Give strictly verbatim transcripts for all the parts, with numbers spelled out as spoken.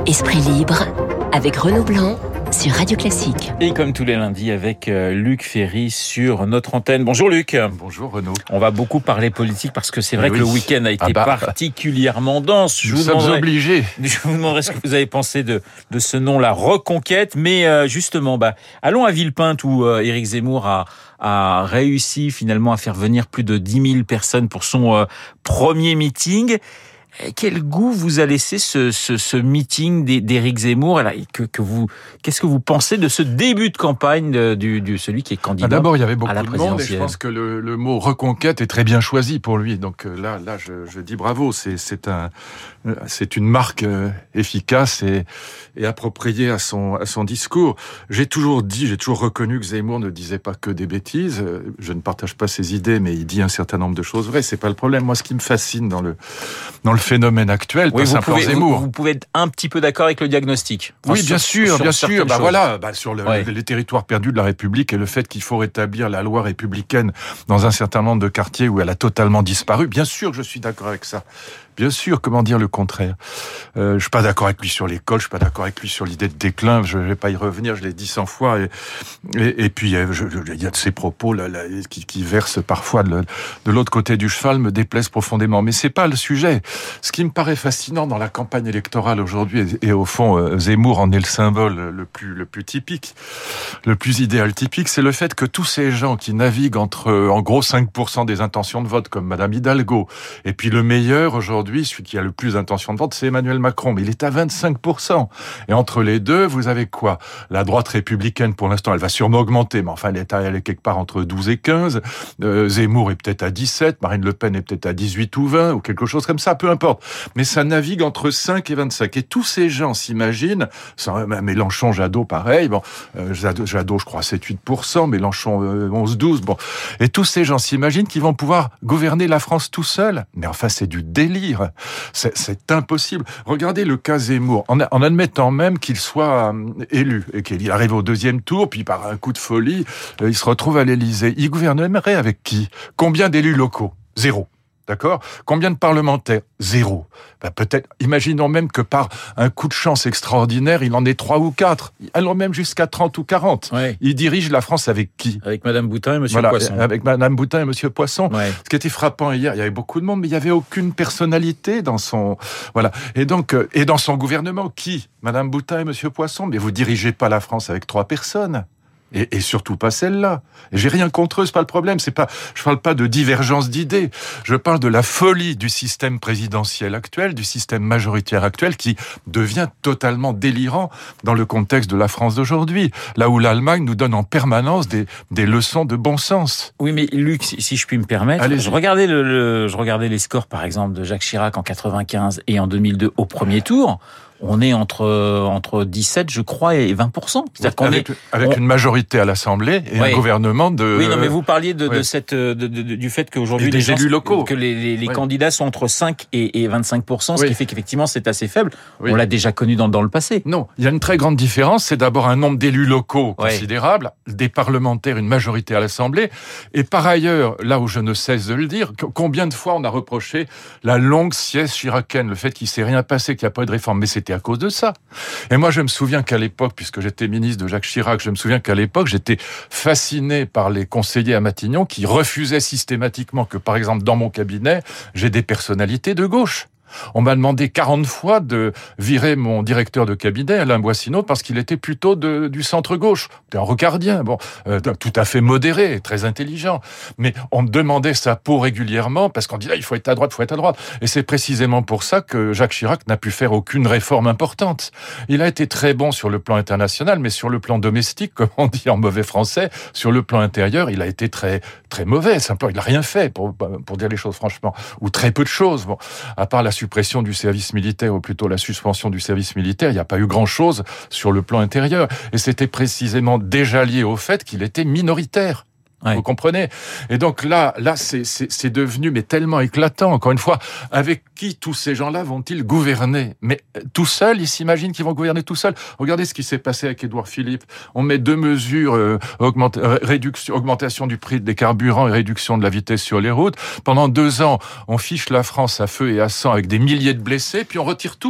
Esprit libre avec Renaud Blanc sur Radio Classique. Et comme tous les lundis avec euh, Luc Ferry sur notre antenne. Bonjour Luc. Bonjour Renaud. On va beaucoup parler politique parce que c'est vrai oui. que le week-end a été ah bah, particulièrement dense. Je nous vous sommes obligés. Je vous demanderai ce que vous avez pensé de, de ce nom, la Reconquête. Mais euh, justement, bah, allons à Villepinte où euh, Éric Zemmour a, a réussi finalement à faire venir plus de dix mille personnes pour son euh, premier meeting. Quel goût vous a laissé ce, ce, ce meeting d'Éric Zemmour que, que vous, qu'est-ce que vous pensez de ce début de campagne de, du, du celui qui est candidat à la présidentielle ? D'abord, il y avait beaucoup de monde et je pense que le, le mot reconquête est très bien choisi pour lui. Donc là, là, je, je dis bravo. C'est, c'est un, c'est une marque efficace et, et appropriée à son, à son discours. J'ai toujours dit, j'ai toujours reconnu que Zemmour ne disait pas que des bêtises. Je ne partage pas ses idées, mais il dit un certain nombre de choses vraies. C'est pas le problème. Moi, ce qui me fascine dans le, dans le phénomène actuel, oui, pas simplement pouvez, Zemmour. Vous, vous pouvez être un petit peu d'accord avec le diagnostic. Enfin, oui, bien sur, sûr, sur bien sûr. Bah choses. voilà, bah sur le, ouais. les territoires perdus de la République et le fait qu'il faut rétablir la loi républicaine dans un certain nombre de quartiers où elle a totalement disparu. Bien sûr que je suis d'accord avec ça. Bien sûr, comment dire le contraire ? euh, Je suis pas d'accord avec lui sur l'école, je suis pas d'accord avec lui sur l'idée de déclin, je vais pas y revenir, je l'ai dit cent fois. Et, et, et puis, je, je, il y a de ces propos là, là, qui, qui versent parfois de, de l'autre côté du cheval, me déplaisent profondément. Mais c'est pas le sujet. Ce qui me paraît fascinant dans la campagne électorale aujourd'hui, et, et au fond, euh, Zemmour en est le symbole le plus, le plus typique, le plus idéal typique, c'est le fait que tous ces gens qui naviguent entre, en gros, cinq pour cent des intentions de vote, comme Madame Hidalgo, et puis le meilleur aujourd'hui, celui qui a le plus d'intention de vote, c'est Emmanuel Macron, mais il est à vingt-cinq pour cent. Et entre les deux, vous avez quoi ? La droite républicaine, pour l'instant, elle va sûrement augmenter, mais enfin, elle est, à, elle est quelque part entre douze et quinze. Euh, Zemmour est peut-être à dix-sept, Marine Le Pen est peut-être à dixhuit ou vingt, ou quelque chose comme ça, peu importe. Mais ça navigue entre cinq et vingt-cinq. Et tous ces gens s'imaginent, Mélenchon, Jadot, pareil, bon, euh, Jadot, Jadot, je crois, sept à huit pour cent, Mélenchon, euh, onze à douze, bon. Et tous ces gens s'imaginent qu'ils vont pouvoir gouverner la France tout seuls. Mais enfin, c'est du délire. C'est, c'est impossible. Regardez le cas Zemmour, en, en admettant même qu'il soit euh, élu et qu'il arrive au deuxième tour, puis par un coup de folie, euh, il se retrouve à l'Élysée. Il gouvernerait avec qui ? Combien d'élus locaux ? Zéro. D'accord ? Combien de parlementaires ? Zéro. Ben peut-être, imaginons même que par un coup de chance extraordinaire, il en ait trois ou quatre. Allons même jusqu'à trente ou quarante. Ouais. Il dirige la France avec qui ? Avec Madame Boutin et Monsieur voilà, Poisson. Avec Madame Boutin et Monsieur Poisson. Ouais. Ce qui était frappant hier, il y avait beaucoup de monde, mais il y avait aucune personnalité dans son, voilà. Et donc, et dans son gouvernement, qui ? Madame Boutin et Monsieur Poisson. Mais vous dirigez pas la France avec trois personnes. Et, et surtout pas celle-là. Et j'ai rien contre eux, c'est pas le problème. C'est pas, je parle pas de divergence d'idées. Je parle de la folie du système présidentiel actuel, du système majoritaire actuel, qui devient totalement délirant dans le contexte de la France d'aujourd'hui. Là où l'Allemagne nous donne en permanence des, des leçons de bon sens. Oui, mais Luc, si, si je puis me permettre, Allez-y. je regardais le, le, je regardais les scores, par exemple, de Jacques Chirac en quatre-vingt-quinze et en deux mille deux au premier tour. On est entre entre dix-sept, je crois, et vingt pour cent. C'est-à-dire qu'on avec est avec on... une majorité à l'Assemblée et oui. un gouvernement de. Oui, non, mais vous parliez de, oui. de cette de, de, du fait qu'aujourd'hui et les des gens, élus locaux, que les, les, les oui. candidats sont entre cinq et, et vingt-cinq pour cent, ce oui. qui fait qu'effectivement c'est assez faible. Oui. On l'a déjà connu dans dans le passé. Non, il y a une très grande différence. C'est d'abord un nombre d'élus locaux oui. considérable, des parlementaires, une majorité à l'Assemblée, et par ailleurs, là où je ne cesse de le dire, combien de fois on a reproché la longue sieste chiracienne, le fait qu'il s'est rien passé, qu'il n'y a pas eu de réforme, mais c'était à cause de ça. Et moi, je me souviens qu'à l'époque, puisque j'étais ministre de Jacques Chirac, je me souviens qu'à l'époque, j'étais fasciné par les conseillers à Matignon qui refusaient systématiquement que, par exemple, dans mon cabinet, j'ai des personnalités de gauche. On m'a demandé quarante fois de virer mon directeur de cabinet, Alain Boissineau, parce qu'il était plutôt de, du centre-gauche. C'était un rocardien, bon, euh, tout à fait modéré, très intelligent. Mais on me demandait sa peau régulièrement, parce qu'on disait, ah, il faut être à droite, il faut être à droite. Et c'est précisément pour ça que Jacques Chirac n'a pu faire aucune réforme importante. Il a été très bon sur le plan international, mais sur le plan domestique, comme on dit en mauvais français, sur le plan intérieur, il a été très, très mauvais. Simplement, il n'a rien fait, pour, pour dire les choses franchement. Ou très peu de choses, bon, à part la suppression du service militaire, ou plutôt la suspension du service militaire, il n'y a pas eu grand-chose sur le plan intérieur. Et c'était précisément déjà lié au fait qu'il était minoritaire. Ouais. Vous comprenez ? Et donc là, là, c'est, c'est, c'est devenu mais tellement éclatant. Encore une fois, avec qui tous ces gens-là vont-ils gouverner ? Mais tout seuls, ils s'imaginent qu'ils vont gouverner tout seuls. Regardez ce qui s'est passé avec Édouard Philippe. On met deux mesures, euh, augmente, euh, réduction, augmentation du prix des carburants et réduction de la vitesse sur les routes. Pendant deux ans, on fiche la France à feu et à sang avec des milliers de blessés, puis on retire tout.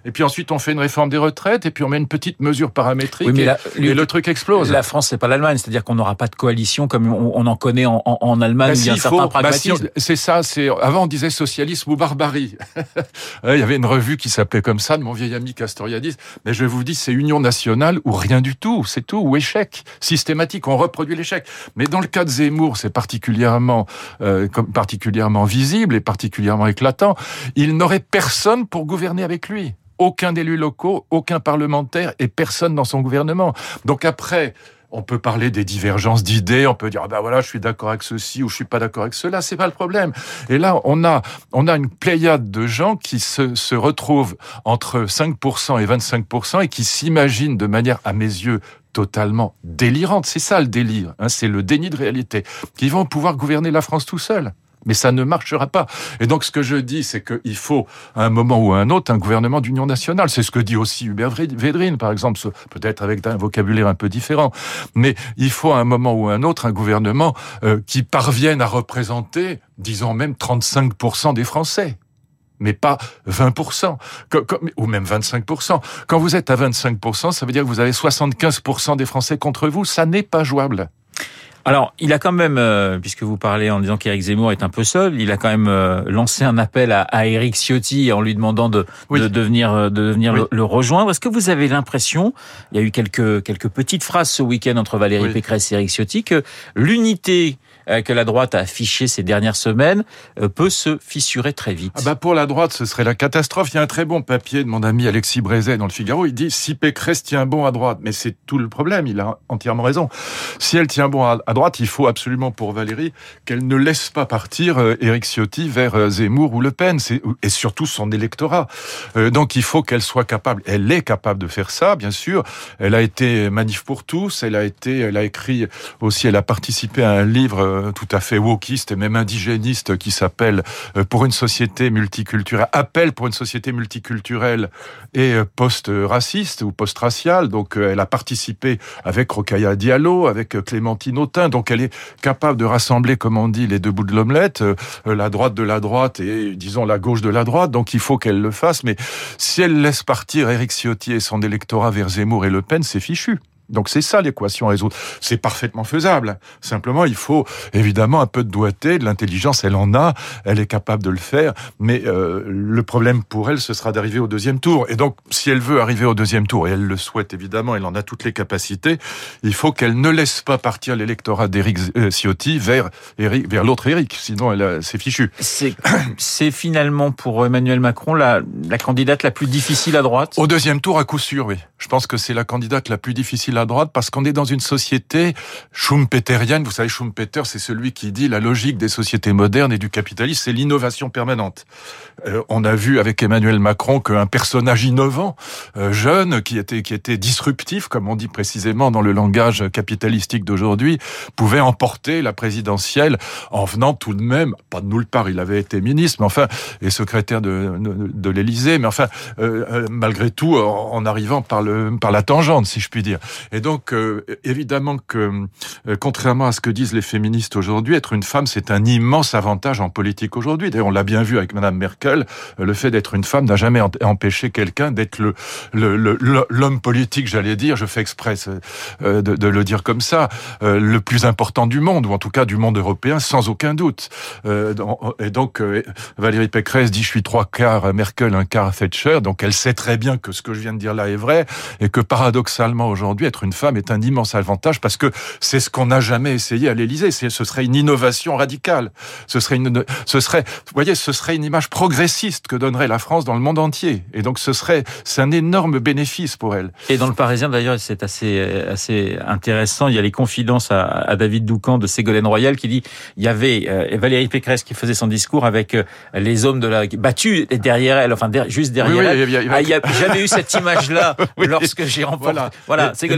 Et puis ensuite, on fait une réforme des retraites, et puis on met une petite mesure paramétrique, oui, mais et, la, et le truc explose. La France, c'est pas l'Allemagne, c'est-à-dire qu'on n'aura pas de coalition comme on, on en connaît en, en, en Allemagne, bah, il y a un certain faut, pragmatisme. Bah, si, c'est ça, c'est, avant on disait socialisme ou barbarie. Il y avait une revue qui s'appelait comme ça, de mon vieil ami Castoriadis, mais je vous dis, c'est union nationale ou rien du tout, c'est tout, ou échec, systématique, on reproduit l'échec. Mais dans le cas de Zemmour, c'est particulièrement, euh, comme, particulièrement visible et particulièrement éclatant, il n'aurait personne pour gouverner avec lui. Aucun élu locaux, aucun parlementaire et personne dans son gouvernement. Donc après, on peut parler des divergences d'idées, on peut dire ah ben voilà, je suis d'accord avec ceci ou je suis pas d'accord avec cela, c'est pas le problème. Et là, on a on a une pléiade de gens qui se se retrouvent entre cinq pour cent et vingt-cinq pour cent et qui s'imaginent de manière, à mes yeux, totalement délirante. C'est ça le délire, hein, c'est le déni de réalité, qui vont pouvoir gouverner la France tout seuls. Mais ça ne marchera pas. Et donc, ce que je dis, c'est qu'il faut, à un moment ou à un autre, un gouvernement d'union nationale. C'est ce que dit aussi Hubert Védrine, par exemple, peut-être avec un vocabulaire un peu différent. Mais il faut, à un moment ou à un autre, un gouvernement euh, qui parvienne à représenter, disons même, trente-cinq pour cent des Français. Mais pas vingt pour cent, ou même vingt-cinq pour cent. Quand vous êtes à vingt-cinq pour cent, ça veut dire que vous avez soixante-quinze pour cent des Français contre vous. Ça n'est pas jouable. Alors, il a quand même, euh, puisque vous parlez en disant qu'Éric Zemmour est un peu seul, il a quand même euh, lancé un appel à, à Éric Ciotti en lui demandant de, oui. de, de venir, de venir oui. le, le rejoindre. Est-ce que vous avez l'impression, il y a eu quelques, quelques petites phrases ce week-end entre Valérie oui. Pécresse et Éric Ciotti, que l'unité que la droite a affichée ces dernières semaines peut se fissurer très vite? Ah bah pour la droite, ce serait la catastrophe. Il y a un très bon papier de mon ami Alexis Brézet dans le Figaro. Il dit si Pécresse tient bon à droite, mais c'est tout le problème. Il a entièrement raison. Si elle tient bon à droite, il faut absolument pour Valérie qu'elle ne laisse pas partir Éric Ciotti vers Zemmour ou Le Pen, c'est, et surtout son électorat. Donc il faut qu'elle soit capable. Elle est capable de faire ça, bien sûr. Elle a été Manif pour tous. Elle a été, elle a écrit aussi. Elle a participé à un livre tout à fait wokiste et même indigéniste qui s'appelle Pour une société multiculturelle, appel pour une société multiculturelle et post-raciste ou post-raciale. Donc elle a participé avec Rokhaya Diallo, avec Clémentine Autain. Donc elle est capable de rassembler, comme on dit, les deux bouts de l'omelette, la droite de la droite et disons la gauche de la droite. Donc il faut qu'elle le fasse. Mais si elle laisse partir Éric Ciotti et son électorat vers Zemmour et Le Pen, c'est fichu. Donc c'est ça l'équation à résoudre. C'est parfaitement faisable. Simplement, il faut évidemment un peu de doigté, de l'intelligence. Elle en a, elle est capable de le faire. Mais euh, le problème pour elle, ce sera d'arriver au deuxième tour. Et donc, si elle veut arriver au deuxième tour, et elle le souhaite évidemment, elle en a toutes les capacités, il faut qu'elle ne laisse pas partir l'électorat d'Éric Ciotti vers, Éric, vers l'autre Éric. Sinon, elle a, c'est fichu. C'est, c'est finalement pour Emmanuel Macron la, la candidate la plus difficile à droite? Au deuxième tour, à coup sûr, oui. Je pense que c'est la candidate la plus difficile à droite parce qu'on est dans une société schumpeterienne. Vous savez, Schumpeter, c'est celui qui dit la logique des sociétés modernes et du capitalisme, c'est l'innovation permanente. Euh, on a vu avec Emmanuel Macron qu'un personnage innovant, euh, jeune, qui était qui était disruptif, comme on dit précisément dans le langage capitalistique d'aujourd'hui, pouvait emporter la présidentielle en venant tout de même, pas de nulle part, il avait été ministre, mais enfin, et secrétaire de, de, de l'Élysée, mais enfin, euh, malgré tout, en, en arrivant par le par la tangente, si je puis dire. Et donc, euh, évidemment que, euh, contrairement à ce que disent les féministes aujourd'hui, être une femme, c'est un immense avantage en politique aujourd'hui. D'ailleurs, on l'a bien vu avec Madame Merkel, euh, le fait d'être une femme n'a jamais empêché quelqu'un d'être le, le, le, l'homme politique, j'allais dire, je fais exprès euh, de, de le dire comme ça, euh, le plus important du monde, ou en tout cas du monde européen, sans aucun doute. Euh, et donc, euh, Valérie Pécresse dit « je suis trois quarts Merkel, un quart Thatcher », donc elle sait très bien que ce que je viens de dire là est vrai, et que paradoxalement aujourd'hui, être une femme est un immense avantage parce que c'est ce qu'on n'a jamais essayé à l'Élysée. C'est, ce serait une innovation radicale. Ce serait une, ce serait, vous voyez, ce serait une image progressiste que donnerait la France dans le monde entier. Et donc, ce serait, c'est un énorme bénéfice pour elle. Et dans le Parisien, d'ailleurs, c'est assez, assez intéressant. Il y a les confidences à, à David Doucan de Ségolène Royal qui dit, il y avait euh, Valérie Pécresse qui faisait son discours avec euh, les hommes de la, battus derrière elle, enfin, der, juste derrière oui, elle. Oui, il y a, ah, il y a jamais eu cette image-là oui, lorsque j'ai remporté. Voilà. Voilà. Mais, mais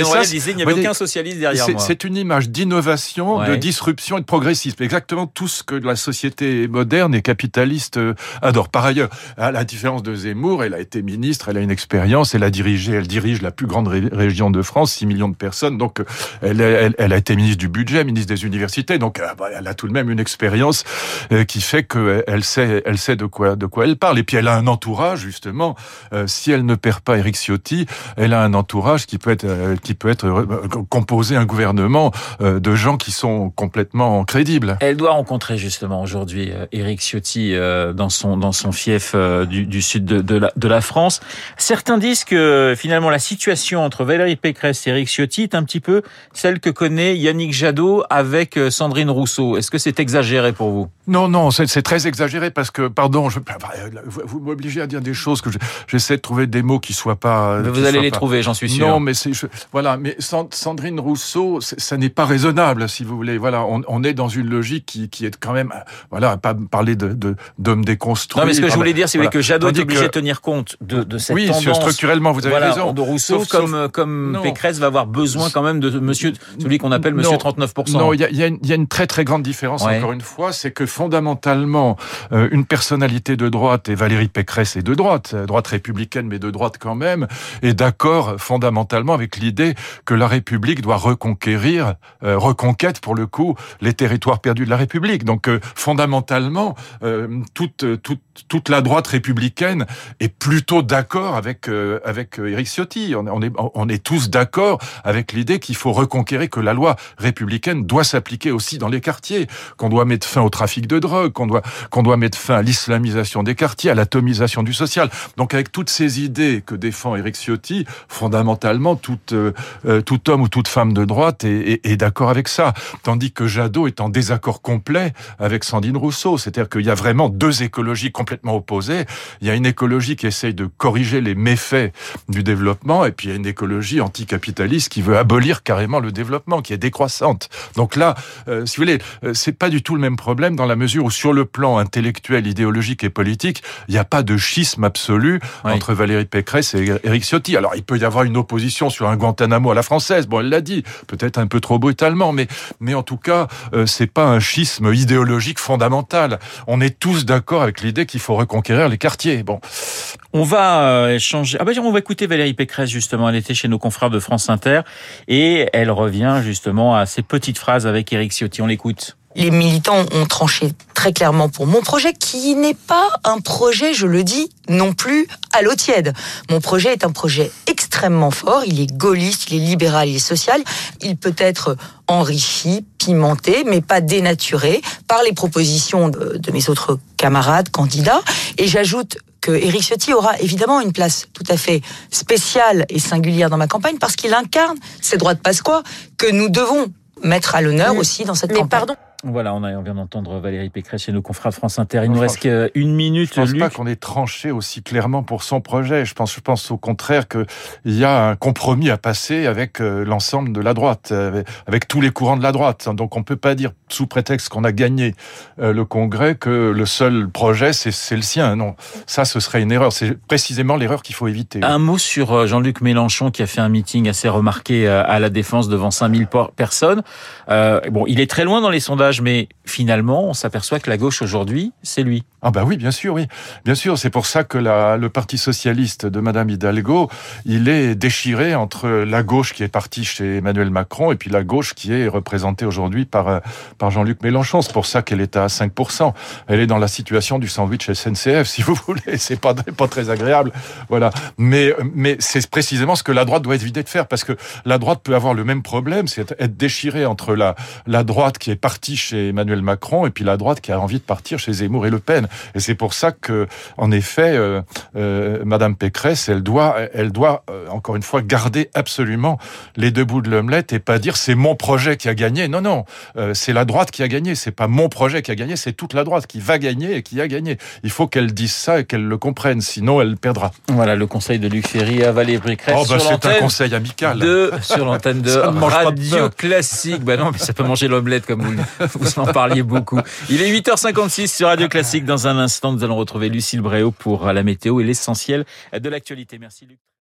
Ségolène Royal disait il n'y avait aucun socialiste derrière moi. C'est une image d'innovation, ouais. de disruption et de progressisme. Exactement tout ce que la société moderne et capitaliste adore. Par ailleurs, à la différence de Zemmour, elle a été ministre, elle a une expérience, elle a dirigé, elle dirige la plus grande ré- région de France, six millions de personnes. Donc, elle, elle, elle a été ministre du budget, ministre des universités. Donc, elle a tout de même une expérience qui fait qu'elle sait, elle sait de quoi, de quoi elle parle. Et puis, elle a un entourage, justement. Euh, si elle ne perd pas Éric Ciotti, elle a un entourage qui peut être, euh, qui peut être euh, composé un gouvernement euh, de gens qui sont complètement crédibles. Elle doit rencontrer justement aujourd'hui euh, Éric Ciotti euh, dans son dans son fief euh, du, du sud de, de, la, de la France. Certains disent que finalement la situation entre Valérie Pécresse et Éric Ciotti est un petit peu celle que connaît Yannick Jadot avec Sandrine Rousseau. Est-ce que c'est exagéré pour vous ? Non, non, c'est, c'est très exagéré parce que, pardon, je, vous m'obligez à dire des choses que je, j'essaie de trouver des mots qui soient pas. Mais vous qui allez soient les pas... trouver, j'en suis sûr. Non, mais c'est je, voilà, mais Sandrine Rousseau, ça n'est pas raisonnable, si vous voulez. Voilà, on, on est dans une logique qui, qui est quand même, voilà, pas parler de, de d'hommes déconstruits. Non, mais ce que je voulais dire, c'est voilà. que Jadot est obligé que... de tenir compte de, de cette oui, tendance. Oui, structurellement, vous avez voilà, raison. De Rousseau, sauf, comme sauf... comme Pécresse va avoir besoin quand même de Monsieur, celui qu'on appelle Monsieur non, trente-neuf pour cent. Non, il y a, y, a y a une très très grande différence. Ouais. Encore une fois, c'est que fondamentalement. Euh, une personnalité de droite, et Valérie Pécresse est de droite, droite républicaine mais de droite quand même, est d'accord fondamentalement avec l'idée que la République doit reconquérir, euh, reconquête pour le coup, les territoires perdus de la République. Donc euh, fondamentalement, euh, toute, toute, toute la droite républicaine est plutôt d'accord avec, euh, avec Éric Ciotti. On, on, est, on est tous d'accord avec l'idée qu'il faut reconquérir, que la loi républicaine doit s'appliquer aussi dans les quartiers, qu'on doit mettre fin au trafic de drogue, qu'on doit qu'on doit mettre fin à l'islamisation des quartiers, à l'atomisation du social. Donc avec toutes ces idées que défend Éric Ciotti, fondamentalement, tout, euh, tout homme ou toute femme de droite est, est, est d'accord avec ça. Tandis que Jadot est en désaccord complet avec Sandrine Rousseau. C'est-à-dire qu'il y a vraiment deux écologies complètement opposées. Il y a une écologie qui essaye de corriger les méfaits du développement, et puis il y a une écologie anticapitaliste qui veut abolir carrément le développement, qui est décroissante. Donc là, euh, si vous voulez, euh, c'est pas du tout le même problème dans la mesure où sur le plan intellectuel, idéologique et politique, il n'y a pas de schisme absolu oui. entre Valérie Pécresse et Éric Ciotti. Alors, il peut y avoir une opposition sur un Guantanamo à la française. Bon, elle l'a dit, peut-être un peu trop brutalement, mais, mais en tout cas, euh, c'est pas un schisme idéologique fondamental. On est tous d'accord avec l'idée qu'il faut reconquérir les quartiers. Bon. On va échanger. Ah ben, on va écouter Valérie Pécresse, justement. Elle était chez nos confrères de France Inter et elle revient, justement, à ces petites phrases avec Éric Ciotti. On l'écoute. Les militants ont tranché très clairement pour mon projet, qui n'est pas un projet, je le dis, non plus à l'eau tiède. Mon projet est un projet extrêmement fort, il est gaulliste, il est libéral, il est social. Il peut être enrichi, pimenté, mais pas dénaturé par les propositions de, de mes autres camarades candidats. Et j'ajoute que Éric Ciotti aura évidemment une place tout à fait spéciale et singulière dans ma campagne, parce qu'il incarne ces droits de Pasqua que nous devons mettre à l'honneur aussi dans cette mais campagne. Pardon. Voilà, on, a, on vient d'entendre Valérie Pécresse chez nos confrères de France Inter. Il nous reste qu'une minute. Je pense Luc. pas qu'on ait tranché aussi clairement pour son projet. Je pense, je pense au contraire qu'il y a un compromis à passer avec l'ensemble de la droite, avec, avec tous les courants de la droite. Donc on peut pas dire, sous prétexte qu'on a gagné le Congrès, que le seul projet, c'est, c'est le sien. Non, ça, ce serait une erreur. C'est précisément l'erreur qu'il faut éviter. Un mot sur Jean-Luc Mélenchon, qui a fait un meeting assez remarqué à la Défense devant cinq mille personnes. Euh, bon, il est très loin dans les sondages, mais finalement, on s'aperçoit que la gauche aujourd'hui, c'est lui. Ah bah oui, bien sûr, oui. Bien sûr, c'est pour ça que la, le Parti socialiste de Madame Hidalgo, il est déchiré entre la gauche qui est partie chez Emmanuel Macron et puis la gauche qui est représentée aujourd'hui par, par Jean-Luc Mélenchon. C'est pour ça qu'elle est à cinq pour cent. Elle est dans la situation du sandwich S N C F, si vous voulez. C'est pas, pas très agréable. Voilà. Mais, mais c'est précisément ce que la droite doit éviter de faire, parce que la droite peut avoir le même problème, c'est être déchirée entre la, la droite qui est partie chez Emmanuel Macron et puis la droite qui a envie de partir chez Zemmour et Le Pen. Et c'est pour ça que, en effet, euh, euh, Madame Pécresse, elle doit, elle doit euh, encore une fois garder absolument les deux bouts de l'omelette et pas dire c'est mon projet qui a gagné. Non, non, euh, c'est la droite qui a gagné. C'est pas mon projet qui a gagné, c'est toute la droite qui va gagner et qui a gagné. Il faut qu'elle dise ça et qu'elle le comprenne, sinon elle perdra. Voilà le conseil de Luc Ferry à Valérie Pécresse. Oh bah sur c'est un conseil amical. De, sur l'antenne de Radio Classique. Bah non, mais ça peut manger l'omelette comme vous, vous en parliez beaucoup. Il est huit heures cinquante-six sur Radio Classique. Dans un instant, nous allons retrouver Lucille Bréau pour la météo et l'essentiel de l'actualité. Merci Luc.